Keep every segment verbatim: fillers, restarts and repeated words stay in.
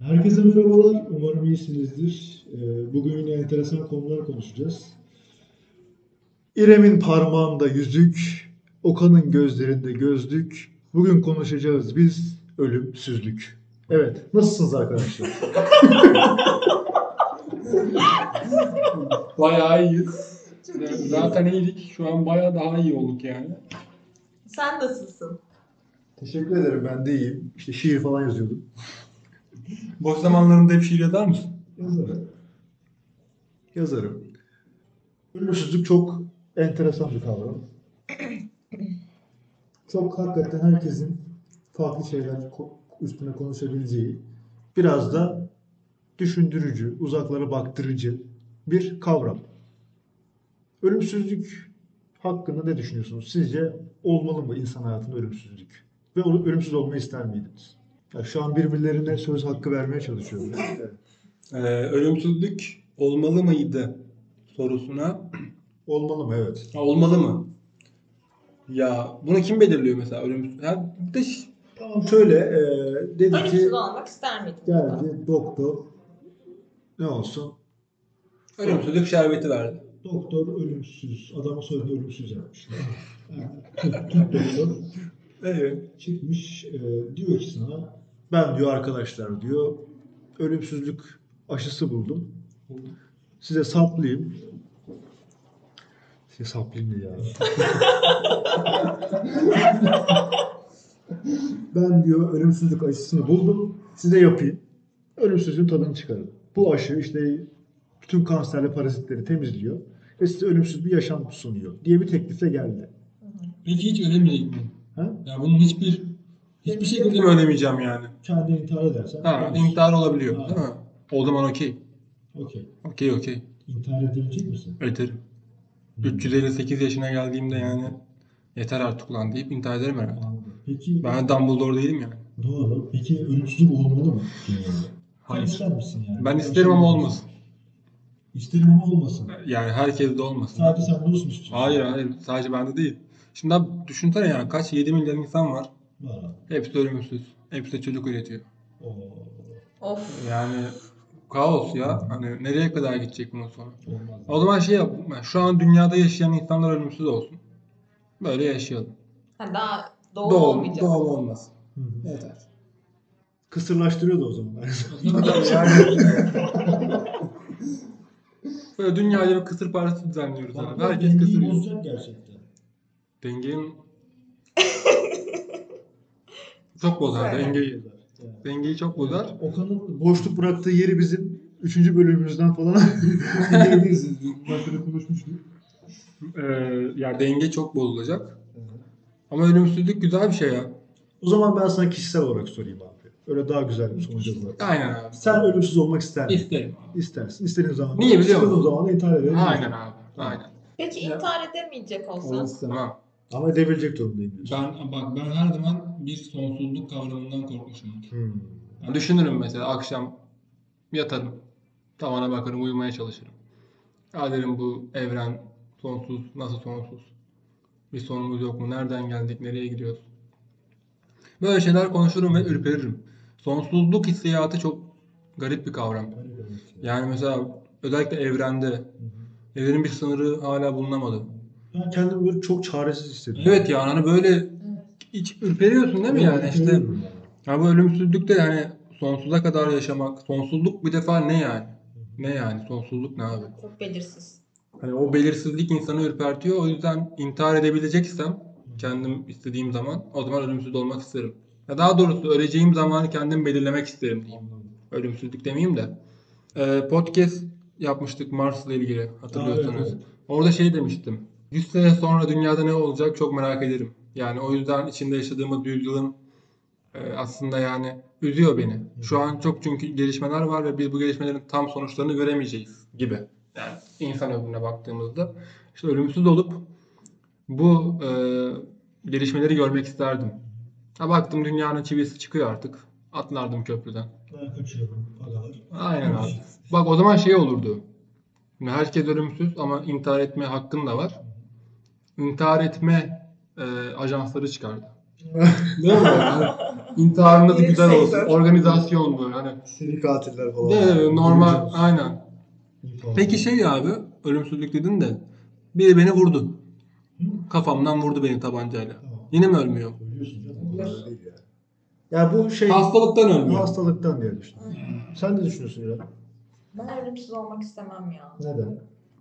Herkese merhabalar. Umarım iyisinizdir. Ee, Bugün yine enteresan konular konuşacağız. İrem'in parmağında yüzük, Okan'ın gözlerinde gözlük. Bugün konuşacağız biz ölümsüzlük. Evet, nasılsınız arkadaşlar? Bayağı iyiyiz. Zaten iyiydik. Şu an bayağı daha iyi olduk yani. Sen nasılsın? Teşekkür ederim, ben de iyiyim. İşte şiir falan yazıyordum. Boş zamanlarında hep şiir yazar mısın? Yazarım. Yazarım. Ölümsüzlük çok enteresan bir kavram. Çok hakikaten herkesin farklı şeyler ko- üstüne konuşabileceği, biraz da düşündürücü, uzaklara baktırıcı bir kavram. Ölümsüzlük hakkında ne düşünüyorsunuz? Sizce olmalı mı insan hayatında ölümsüzlük? Ve ol- ölümsüz olmayı ister miydiniz? Ya şu an birbirlerine söz hakkı vermeye çalışıyorum. Evet. Ee, ölümsüzlük olmalı mıydı sorusuna Olmalı mı? Evet. ha, olmalı mı? Ya bunu kim belirliyor mesela ölümsüz? Ha, bir de ş- Tamam, şöyle e, dedi ki Ölümsüz olmak ister miydin? geldi doktor, ne olsun? ölümsüzlük şerbeti verdi. Doktor ölümsüz. Adamı soyadı ölümsüz yapmışlar. Yani, Türk, Türk doktor Evet. çıkmış, e, diyor ki sana, ben diyor arkadaşlar diyor ölümsüzlük aşısı buldum. Size saplayayım. Size saplayayım diye ya. Ben diyor ölümsüzlük aşısını buldum. Size yapayım. Ölümsüzlüğün tadını çıkarın. Bu aşı işte bütün kanserli parazitleri temizliyor ve size ölümsüz bir yaşam sunuyor diye bir teklifle geldi. Peki hiç ölemeyecek miyim? Ha? Ya bunun hiçbir hiçbir şekilde mi ölemeyeceğim yani? Kendini intihar edersen Ha, ölürsün. intihar olabiliyor Ha. değil mi? O zaman okey. Okey. Okey okey. İntihar edebilecek misin? Ederim. üç yüz elli sekiz yaşına geldiğimde yani yeter artık ulan deyip intihar ederim herhalde. Anladım. Peki Ben Dumbledore değilim yani. doğru. Peki ölümsüzlük olmalı mı? Genelde? Sen Hayır. ister misin yani? Ben Böyle isterim şey ama olmasın. olmasın. İsterim ama olmasın. Yani herkes de olmasın. Sadece sen de olsun istiyorsun. Hayır hayır sadece bende değil. Şimdi abi düşünsene yani kaç yedi milyar insan var. Var. Hepsi ölümsüz. Hepsi de çocuk üretiyor. Oo. Of. Yani kaos ya. Hani nereye kadar gidecek bunun sonu? Olmaz. O zaman şey yap. yani Şu an dünyada yaşayan insanlar ölümsüz olsun. Böyle yaşayalım. Ha, daha doğum, Doğum, olmayacak. doğum olmaz. Hı hı. Yeter. Kısırlaştırıyordu o zaman. yani böyle dünyaya bir kısır partisi düzenliyoruz abi. Bak, Herkes dengeyi kısır yiyor. bozacak gerçekten. Dengenin çok bozar Güzel. dengeyi. Evet. Dengeyi çok bozar. Okan'ın boşluk bıraktığı yeri bizim üçüncü bölümümüzden falan dinleyebilirsiniz. Başta konuşmuştuk. Ee, yani denge çok bozulacak. Ama ölümsüzlük güzel bir şey ya. O zaman ben sana kişisel olarak sorayım abi. Öyle daha güzel bir sonuca ulaşsın. Aynen abi. Sen ölümsüz olmak ister misin? İsterim. İstersin. İstediğin zaman. Niye biliyor musun? İstediğin zaman da intihar ederim. Aynen abi. Aynen. Peki intihar edemeyecek olsan? Onu istemem. Ama edebilecek durumdayım diyorsun. Ben bak ben her zaman bir sonsuzluk kavramından korkmuşumdur. Hmm. Yani düşünürüm mesela akşam yatarım. Tavana bakarım uyumaya çalışırım. Ya derim bu evren sonsuz. Nasıl sonsuz? Bir sonumuz yok mu? Nereden geldik? Nereye gidiyoruz? Böyle şeyler konuşurum ve ürperirim. Sonsuzluk hissiyatı çok garip bir kavram. Öyle demek ki. Yani mesela özellikle evrende evrenin bir sınırı hala bulunamadı. Ben kendimi böyle çok çaresiz hissediyorum. Evet yani hani böyle hiç ürperiyorsun değil mi yani işte. Ürperiyorum yani. Ya bu ölümsüzlükte yani sonsuza kadar yaşamak. Sonsuzluk bir defa ne yani? Ne yani? Sonsuzluk ne abi? Çok belirsiz. Hani o belirsizlik insanı ürpertiyor. O yüzden intihar edebileceksem kendim istediğim zaman o zaman ölümsüz olmak isterim. Ya daha doğrusu öleceğim zamanı kendim belirlemek isterim diyeyim. Anladım. Ölümsüzlük demeyeyim de. Ee, podcast yapmıştık Mars'la ilgili hatırlıyorsanız. Aa, evet, evet. Orada şey demiştim. yüz sene sonra dünyada ne olacak çok merak ederim. Yani o yüzden içinde yaşadığımız yüzyılın e, aslında yani üzüyor beni. Şu an çok çünkü gelişmeler var ve biz bu gelişmelerin tam sonuçlarını göremeyeceğiz gibi. Yani insan ömrüne baktığımızda işte ölümsüz olup bu e, gelişmeleri görmek isterdim. Ha baktım dünyanın çivisi çıkıyor artık. Atlardım köprüden. Ben kaçıyorum. Pagalar. Aynen abi. Bak o zaman şey olurdu. Şimdi herkes ölümsüz ama intihar etme hakkın da var. İntihar etme e, ajansları çıkardı. Değil mi? Yani intiharın da Yeni güzel olsun. sektör. Organizasyon bu. Hani Seri katiller falan. değil mi? Normal. Göreceğiz. Aynen. İnfaz. Peki şey abi, ölümsüzlük dedin de biri beni vurdu. Hı? Kafamdan vurdu beni tabancayla. Tamam. Yine mi ölmüyor? Ölüyorsun canım. O kadar değil ya. Ya bu şey Hastalıktan ölmüyor. hastalıktan diye düşün. Sen ne düşünüyorsun İrem? Ben ölümsüz olmak istemem ya. Neden?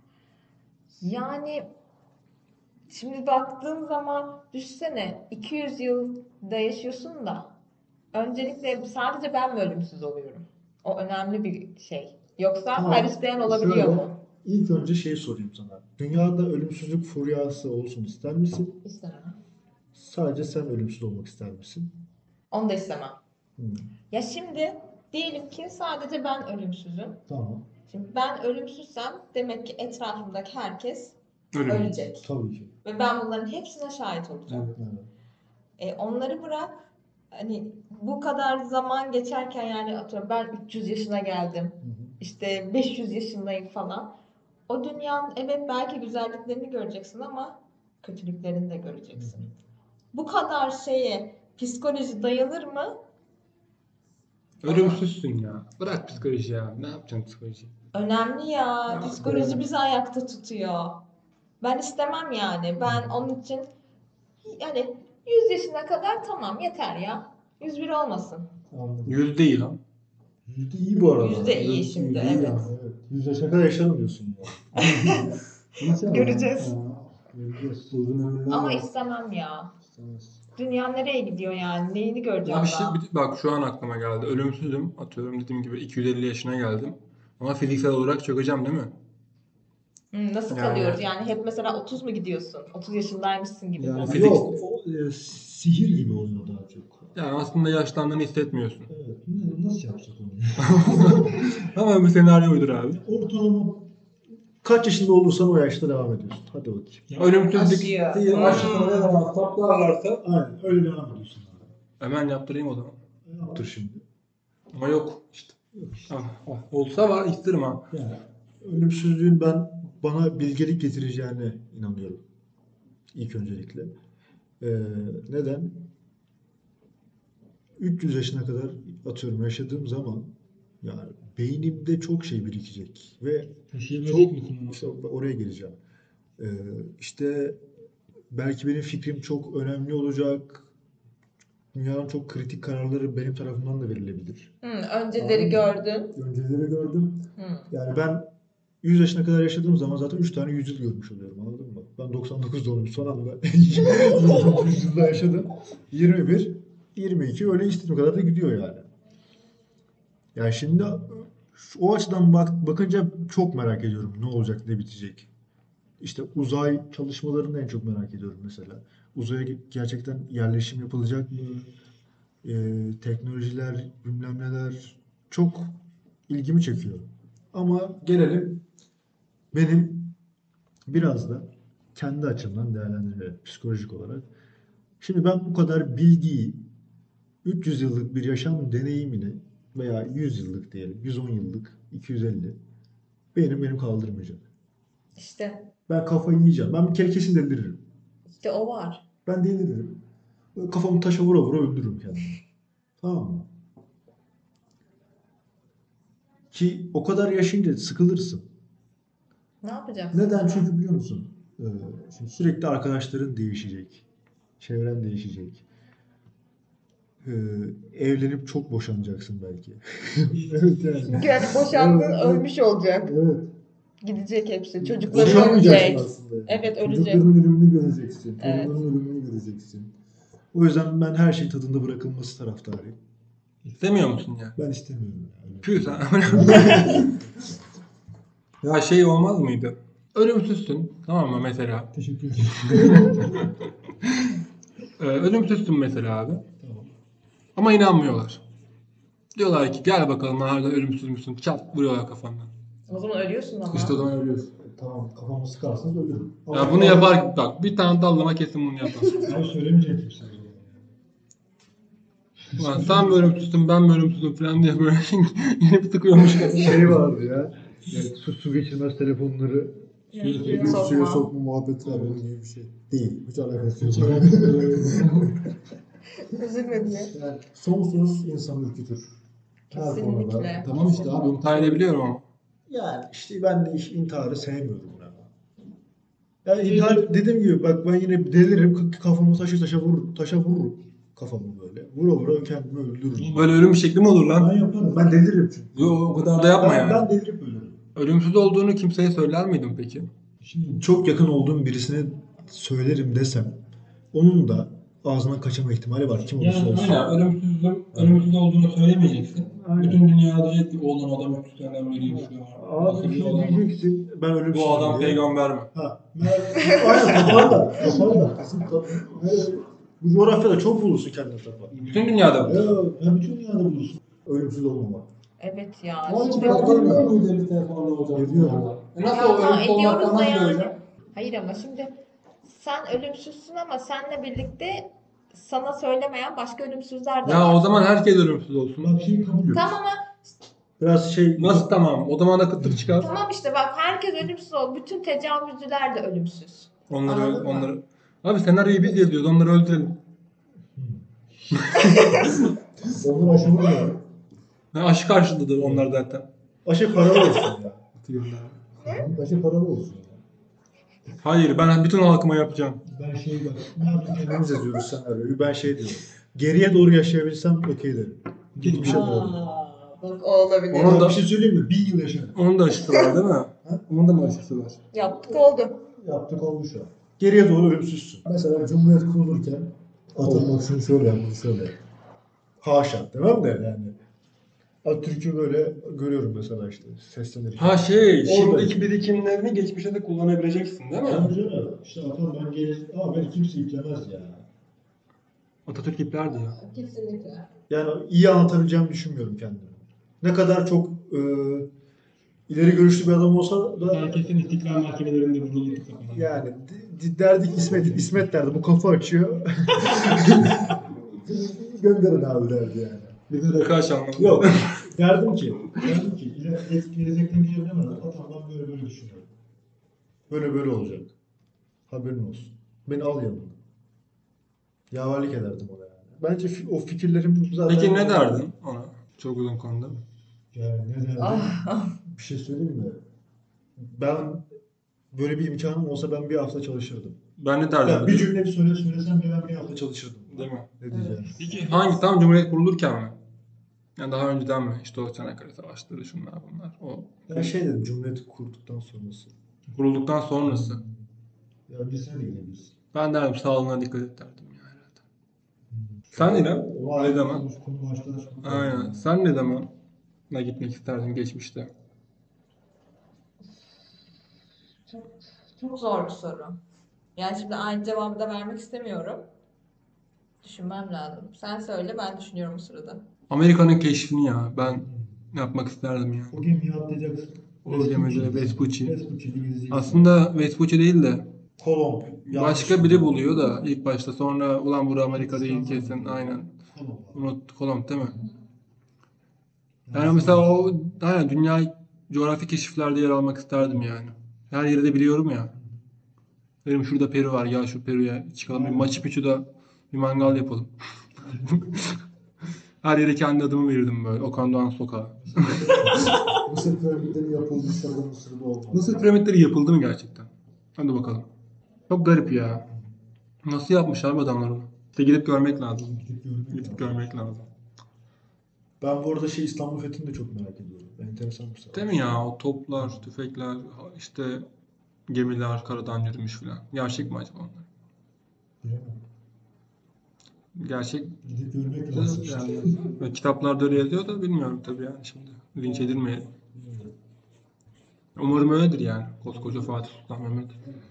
Yani şimdi baktığın zaman düşünsene iki yüz yılda yaşıyorsun da öncelikle sadece ben mi ölümsüz oluyorum? O önemli bir şey. Yoksa Tamam. her isteyen olabiliyor Şöyle, mu? İlk önce şey sorayım sana. Dünyada ölümsüzlük furyası olsun ister misin? İstemem. Sadece sen ölümsüz olmak ister misin? Onu da istemem. Hmm. Ya şimdi diyelim ki sadece ben ölümsüzüm. Tamam. Şimdi ben ölümsüzsem demek ki etrafımdaki herkes Ölüm. ölecek. Tabii ki. Ve ben bunların hepsine şahit olacağım. Evet. E, onları bırak. Hani bu kadar zaman geçerken yani atıyorum ben üç yüz yaşına geldim. Hı hı. İşte beş yüz yaşındayım falan. O dünyanın evet belki güzelliklerini göreceksin ama kötülüklerini de göreceksin. Hı hı. Bu kadar şeye psikoloji dayanır mı? Ölümsüzsün ya. Bırak psikoloji ya. Ne yapacaksın psikoloji? Önemli ya. Ya, Psikoloji evet. bizi ayakta tutuyor. Ben istemem yani. Ben onun için yani yüz yaşına kadar tamam yeter ya. yüz bir olmasın. Anladım. Yüz değil lan. Yüzde iyi bu arada. Yüzde iyi Yüz- şimdi, yüzde iyi evet. yani, evet. Yüz yaşına kadar yaşarım diyorsun ya. İnşallah. Göreceğiz. Ya, göreceğiz. Uzun ömürler Ama var. istemem ya. İstemez. Dünya nereye gidiyor yani? Neyini göreceğim Ya bir şey, daha? bir- bak şu an aklıma geldi. Ölümsüzüm. Atıyorum dediğim gibi iki yüz elli yaşına geldim. Ama fiziksel olarak çökeceğim değil mi? Hmm, nasıl Yani- kalıyoruz yani? Hep mesela otuz mu gidiyorsun? otuz yaşındaymışsın gibi Yani mi? fizik- yok. O, e, sihir gibi oluyor daha çok. Yani aslında yaşlandığını hissetmiyorsun. Evet. Ne- Nasıl yapacak onu? Hemen bir senaryo uydur abi. Ortalama kaç yaşında olursan o yaşta devam ediyorsun. Hadi bakayım. Ölümsüzlük Aşıyor. değil. Hmm. Aşkına ne zaman saplarlarsa Aynen öyle devam ediyorsun. Abi. hemen yaptırayım o zaman. Ne yaptır şimdi? Ama yok işte. Yok işte. Ah, ah. Olsa var isterim ha. Yani ölümsüzlüğün ben bana bilgelik getireceğine inanıyorum. İlk öncelikle. Ee, neden? üç yüz yaşına kadar atıyorum yaşadığım zaman yani beynimde çok şey birikecek ve Taşıyabilecek çok misin onu? işte oraya geleceğim. Ee, işte belki benim fikrim çok önemli olacak. Dünyanın çok kritik kararları benim tarafımdan da verilebilir. Hmm, önceleri Anladın gördün. Önceleri gördüm. Hmm. Yani ben yüz yaşına kadar yaşadığım zaman zaten üç tane yüzyıl görmüş oluyorum, anladın mı? Ben doksan dokuz doğumluyum, son anda yüzyılda yaşadım. yirmi bir, yirmi iki öyle istediğim kadar da gidiyor yani. Yani şimdi şu- o açıdan bak, bakınca çok merak ediyorum ne olacak, ne bitecek. İşte uzay çalışmalarını en çok merak ediyorum mesela. Uzaya ge- gerçekten yerleşim yapılacak mı? Ee, teknolojiler, bilmem neler çok ilgimi çekiyor. Ama gelelim benim biraz da kendi açımdan değerlendirerek psikolojik olarak. Şimdi ben bu kadar bilgiyi üç yüz yıllık bir yaşam deneyimini veya yüz yıllık diyelim, yüz on yıllık, iki yüz elli benim benim kaldırmayacak. İşte, Ben kafayı yiyeceğim. Ben bir kere kesin deliririm. işte o var. Ben deliririm. Böyle kafamı taşa vura vura öldürürüm kendimi. Tamam mı? Ki o kadar yaşayınca sıkılırsın. Ne yapacaksın? Neden? sonra? Çünkü biliyor musun? Ee, şimdi sürekli arkadaşların değişecek. Çevren değişecek. Ee, evlenip çok boşanacaksın belki. Evet yani. Çünkü hani boşandığın Evet, evet. ölmüş olacak. Evet. Gidecek hepsi. Çocukların Boşanmayacaksın ölecek. aslında. Evet, ölecek. Çocukların ölümünü göreceksin. Evet. Torunların ölümünü göreceksin. O yüzden ben her şeyin tadında bırakılması taraftarıyım. İstemiyor musun ya? Ben istemiyorum yani. Püh sen. Ya şey olmaz mıydı? Ölümsüzsün. Tamam mı mesela? Teşekkür ederim. Ee, ölümsüzsün mesela abi. Tamam. Ama inanmıyorlar. Diyorlar ki gel bakalım harbiden ölümsüz müsün? Çat vuruyorlar kafandan. O zaman ölüyorsun ama. İşte o zaman ölüyorsun. Tamam, kafamı sıkarsanız ölürüm. Ya bunu yapar bak bir tane dallama kesin bunu yapar. Ben söylemeyecektim size. Ulan sen mi ölümsüzsün ben mi ölümsüzüm falan diye böyle yeni bir tıkıyormuş gibi. Şey vardı ya. Yani su, su geçirmez telefonları Yani suya, suya suya sokma. sokma muhabbeti var. Onun gibi bir şey. Değil. Hiç alakası yok. Üzülme diye. Yani sonsuz insanı ürkütür. Her konuda. Kesinlikle. Tamam işte abi intihar edebiliyorum ama. Yani işte ben de iş- intiharı sevmiyorum ya. Yani intihar dediğim gibi bak ben yine deliririm k- kafamı taşı taşa vururum. Taşa vururum kafamı böyle. Vura vura kendimi öldürürüm. Böyle ölüm şekli mi olur Ben lan? yaparım. Ben deliririm çünkü. Yo, o kadar da yapma ben, yani. Ben delirip ölürüm. Ölümsüz olduğunu kimseye söyler miydin peki? Şimdi çok yakın olduğum birisine söylerim desem onun da ağzından kaçırma ihtimali var. Kim olursa Yani olsun. aynen ölümsüzlük, ölümsüz olduğunu söylemeyeceksin. Aynen. Bütün dünya diyecek ki oğlan adam öpüsünden biriymiş şu an. Abi Nasıl bir şimdi adam? diyeceksin ben ölümsüzüm Bu adam diye. peygamber mi? Ha. mer- Aynen tapar da. Tapar da. Kızım tapar. Evet. Bu coğrafyada çok bulursun kendine tapar. Bütün dünyada bu. Ya, ya bütün dünyada bulursun. Ölümsüz olmamak. Evet ya. Ama hiç Şimdi- bırakılmıyor muyuz elli sene sonra ne olacak? Ediyorum. E nasıl Ya, o tamam, ölümsüz ediyoruz olmaktan da nasıl yani. göreceğim? Hayır ama şimdi sen ölümsüzsün ama seninle birlikte sana söylemeyen başka ölümsüzler de Ya var. o zaman herkes ölümsüz olsun. Bak şimdi kabul yok. Tamam ama Biraz şey... Nasıl tamam? O zaman da kıtlık çıkar. tamam işte bak herkes ölümsüz ol. Bütün tecavüzcüler de ölümsüz. Onları Anladın mı? onları. Abi senaryoyu biz yazıyoruz. Onları öldürelim. Onlar aşı var ya. Ha, aşı karşıladır onlar zaten. Aşı paralı olsun ya. Aşı paralı olsun ya. Hayır ben bütün halkıma yapacağım. Ben şey bak, ne yaptık kendimiz yazıyoruz senaryoyu. Ben şey diyorum. Geriye doğru yaşayabilsem okey derim. Geçmişe doğru. Aa, bak o olabilir. Onun da- Bir şey söyleyeyim mi? Bin yıl yaşarım. Onun da aşısı var değil mi? Onun da mı aşısı var? Yaptık oldu. Yaptık oldu şu an. Geriye doğru ölümsüzsün. Mesela Cumhuriyet kurulurken Atatürk şunu şöyle yap, bunu şöyle yap. Haşa. Demem de yani. Atatürk'ü böyle görüyorum mesela işte seslenirken. Ha şey, Orada. şimdiki birikimlerini geçmişe de kullanabileceksin değil mi? Tabii canım. İşte atam ben gelir ama beni kimse iplemez ya. Atatürk iplerdi ya. Kesinlikle. Yani iyi anlatabileceğimi düşünmüyorum kendimi. Ne kadar çok e, ileri görüşlü bir adam olsa da Herkesin istiklal mahkemelerinde vuruldu kapıdan. yani d- d- derdik İsmet, İsmet derdi bu kafa açıyor. Gönderin abi derdi yani. Bir de rakı aşanlar. Yok. Derdim ki, derdim ki ileri- gelecekten gelebilemez. Atamdan böyle böyle düşünüyorum. Böyle böyle olacak. Haberin olsun. Beni al yanına. Yaverlik ederdim ona yani. Bence fi- o fikirlerim zaten... Peki ne derdin ona? Çok uzun konuda. Yani ne derdim? Ah, Bir şey söyleyeyim mi? Ben böyle bir imkanım olsa ben bir hafta çalışırdım. Ben ne derdim? Ya bir cümle bir söyle söylesem bile ben bir hafta çalışırdım. Değil mi? Ne diyeceğim? Peki hangi tam Cumhuriyet kurulurken mi? Yani daha önceden mi? İşte o Çanakkale Savaşları şunlar bunlar. O Ben şey dedim Cumhuriyeti kurduktan sonrası. kurulduktan sonrası. Ya biz ne gidebiliriz? Ben derdim sağlığına dikkat et derdim ya herhalde. Sen İrem? O Ne zaman? Konu başka. Aynen. Sen ne zaman ne gitmek isterdin geçmişte? çok, çok zor bir soru. Yani şimdi aynı cevabı da vermek istemiyorum. Düşünmem lazım. Sen söyle ben düşünüyorum bu sırada. Amerika'nın keşfini ya ben yapmak isterdim yani. O gemiyi atlayacaksın. O gemide Vespucci. Vespucci İngilizce. Aslında Vespucci değil de Kolomb. başka biri buluyor da ilk başta sonra ulan bura Amerika değil kesin aynen. Kolomb. Unut Kolomb değil mi? Yani mesela o aynen dünya coğrafi keşiflerde yer almak isterdim yani. Her yeri de biliyorum ya. Benim şurada Peru var ya şu Peru'ya çıkalım bir Machu Picchu'da bir mangal yapalım. Her yere kendi adımı verirdim böyle. Okan Doğan Sokağı. Mısır piramitleri yapılmış orada Mısır'da olmalı. Mısır piramitleri yapıldı mı gerçekten? Hadi bakalım. Çok garip ya. Nasıl yapmış abi adamlar onu? İşte gidip görmek lazım. Gidip görmek Gidip lazım. görmek lazım. Ben bu arada şey İstanbul Fethi'ni de çok merak ediyorum. Enteresan bir şey. Değil mi ya? O toplar, tüfekler, işte gemiler karadan yürümüş filan. Gerçek mi acaba onlar? Bilemem. Gerçek Gidip görmek lazım. yani. Böyle kitaplarda öyle yazıyor da bilmiyorum tabii yani şimdi. Linç edilmeyelim. Umarım öyledir yani. Koskoca Fatih Sultan Mehmet.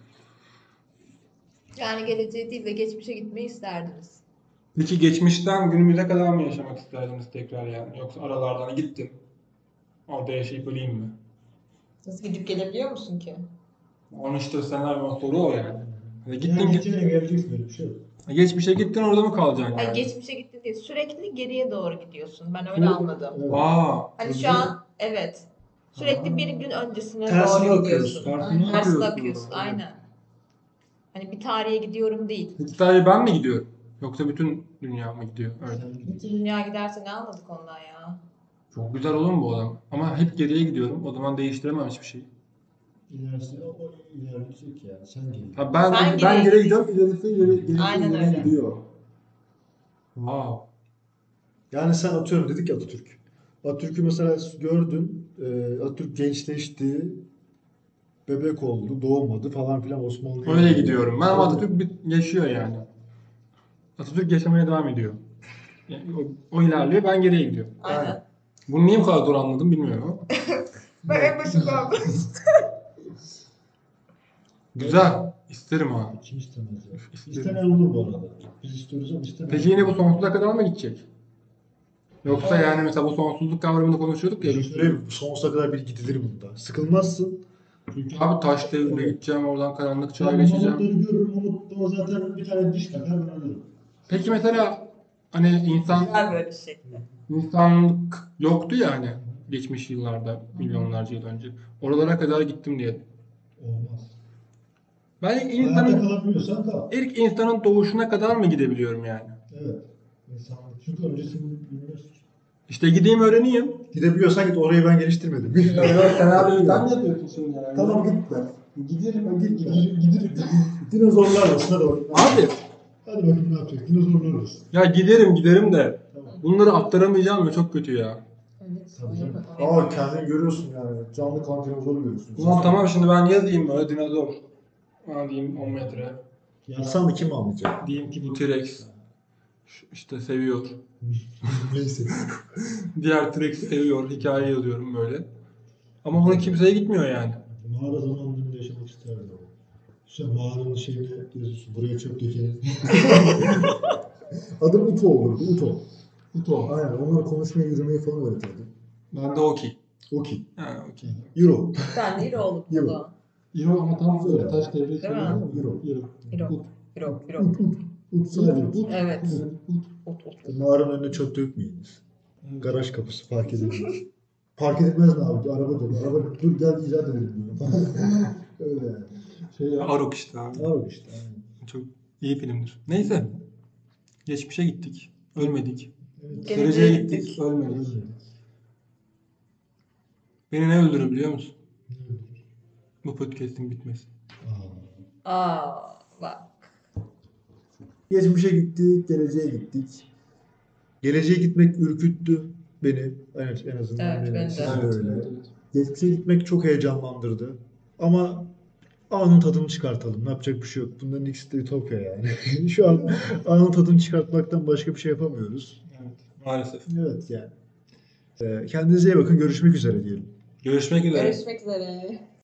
Yani geleceğe değil de geçmişe gitmeyi isterdiniz. Peki geçmişten günümüze kadar mı yaşamak isterdiniz tekrar yani? Yoksa aralardan gittim. Orada yaşayıp öleyim mi? Nasıl gidip gelebiliyor musun ki? Onun işte senaryo soru o yani. Hani gittin Yani git. gideceğine geleceksin böyle bir şey yok. Geçmişe gittin orada mı kalacaksın Hayır yani? geçmişe gittin değil. Sürekli geriye doğru gidiyorsun. Ben öyle anladım. Evet. Aa. Hani şu an evet. Sürekli bir gün öncesine Tersine doğru akıyorsun. gidiyorsun. Tersine Aynen. Tersine akıyorsun. akıyorsun. Aynen. Hani bir tarihe gidiyorum değil. Peki sadece ben mi gidiyorum? Yoksa bütün dünya mı gidiyor? Öyle. Bütün dünya giderse ne anladık ondan ya? Çok güzel olur mu bu adam? Ama hep geriye gidiyorum. O zaman değiştiremem hiçbir şeyi. İlerisi o o ilerleyecek ya. Sen gel. Ha ben Sen Ben geriye geri gidiyorum, ilerisi ileri, gerisi Aynen ileriye öyle. gidiyor. wow. Yani sen atıyorum dedik ya Atatürk. Atatürk'ü mesela gördün, e, Atatürk gençleşti, bebek oldu, doğmadı falan filan Osmanlı'ya. Öyle gidiyorum. Ben ama Öyle. Atatürk bir- yaşıyor yani. Atatürk yaşamaya devam ediyor. Yani o, o ilerliyor, ben geriye gidiyorum. Aynen. Bunu niye bu kadar zor anladım bilmiyorum ama. Ben en başından Güzel. İsterim ha. Kim istemez ya? İsterim. İstemeyen olur bu arada. Biz istiyoruz ama istemeyen. Peki yine bu sonsuza kadar mı gidecek? Yoksa yani mesela bu sonsuzluk kavramını konuşuyorduk ya. Bir şey söyleyeyim mi? Sonsuza kadar bir gidilir bunda. Sıkılmazsın. Çünkü abi taş devrine gideceğim, oradan karanlık çağa Ben geçeceğim. mamutları görürüm, mamutluğa zaten bir tane diş takar ben alırım. Peki mesela hani insan güzel böyle şekli. insanlık yoktu ya hani geçmiş yıllarda, milyonlarca yıl önce. Oralara kadar gittim diye. Olmaz. Ben ilk Hayatta insanın, kalabiliyorsan kal. ilk insanın doğuşuna kadar mı gidebiliyorum yani? Evet. İnsanlık. Çünkü öncesini bilmiyorsun. İşte gideyim öğreneyim. Gidebiliyorsan git, orayı ben geliştirmedim. Sen abi sen ne yapıyorsun şimdi yani? Tamam git be. Giderim ben git. Giderim. Giderim. Dinozorlar olsun hadi bakalım. Abi Hadi bakayım ne yapacak. Dinozorlar olsun. ya giderim giderim de Tamam. bunları aktaramayacağım ve çok kötü ya. Evet. Tabii canım. Aa kendini görüyorsun yani. Canlı kan dinozoru görüyorsun. Ulan tamam şimdi ben yazayım böyle dinozor. Ha diyeyim on metre. Yazsan da kim anlayacak? Diyeyim ki bu T-Rex. Şu- işte seviyor. Neyse. Diğer T-Rex seviyor. Hikaye yazıyorum böyle. Ama bunu kimseye gitmiyor yani. Mağara zamanlarında yaşamak isterdim ama. Sen mağaranın şeyine yazıyorsun. Buraya çöp dökelim. Adım Uto olurdu. Uto. Uto. Aynen. Onlar konuşmayı, yürümeyi falan öğretirdi. Ben de okey. Okey. Ha okey. Euro. Ben de İro olup Yok. burada. Euro ama tam Öyle. taş devri. Değil mi? Euro. Euro. İro. Ut. İro. İro. Ut, ut. Ut sadece ut. Evet. Ut. Ut, ut, ut. Mağaranın önüne çöp dökmeyiniz. Garaj kapısı park edilmez. Park edilmez mi abi? Araba dolu. Araba dur gel icat edelim diyor. Öyle yani. Şey ya, Aruk işte abi. Araba işte. Aynen. Çok iyi filmdir. Neyse. Geçmişe gittik. Ölmedik. Evet. Geleceğe Geleceğe gittik. gittik. Ölmedik. Beni ne öldürür biliyor musun? Bu podcast'in bitmesi. Aa. Aa bak. Geçmişe gittik, geleceğe gittik. Geleceğe gitmek ürküttü beni. Evet, en azından Evet, beni. beni de. Sizi Evet, öyle. evet, evet. Geçmişe gitmek çok heyecanlandırdı. Ama anın tadını çıkartalım. Ne yapacak bir şey yok. Bunların ikisi de ütopya yani. Şu an anın tadını çıkartmaktan başka bir şey yapamıyoruz. Evet, maalesef. Evet yani. Ee, kendinize iyi bakın. Görüşmek üzere diyelim. Görüşmek üzere. Görüşmek üzere.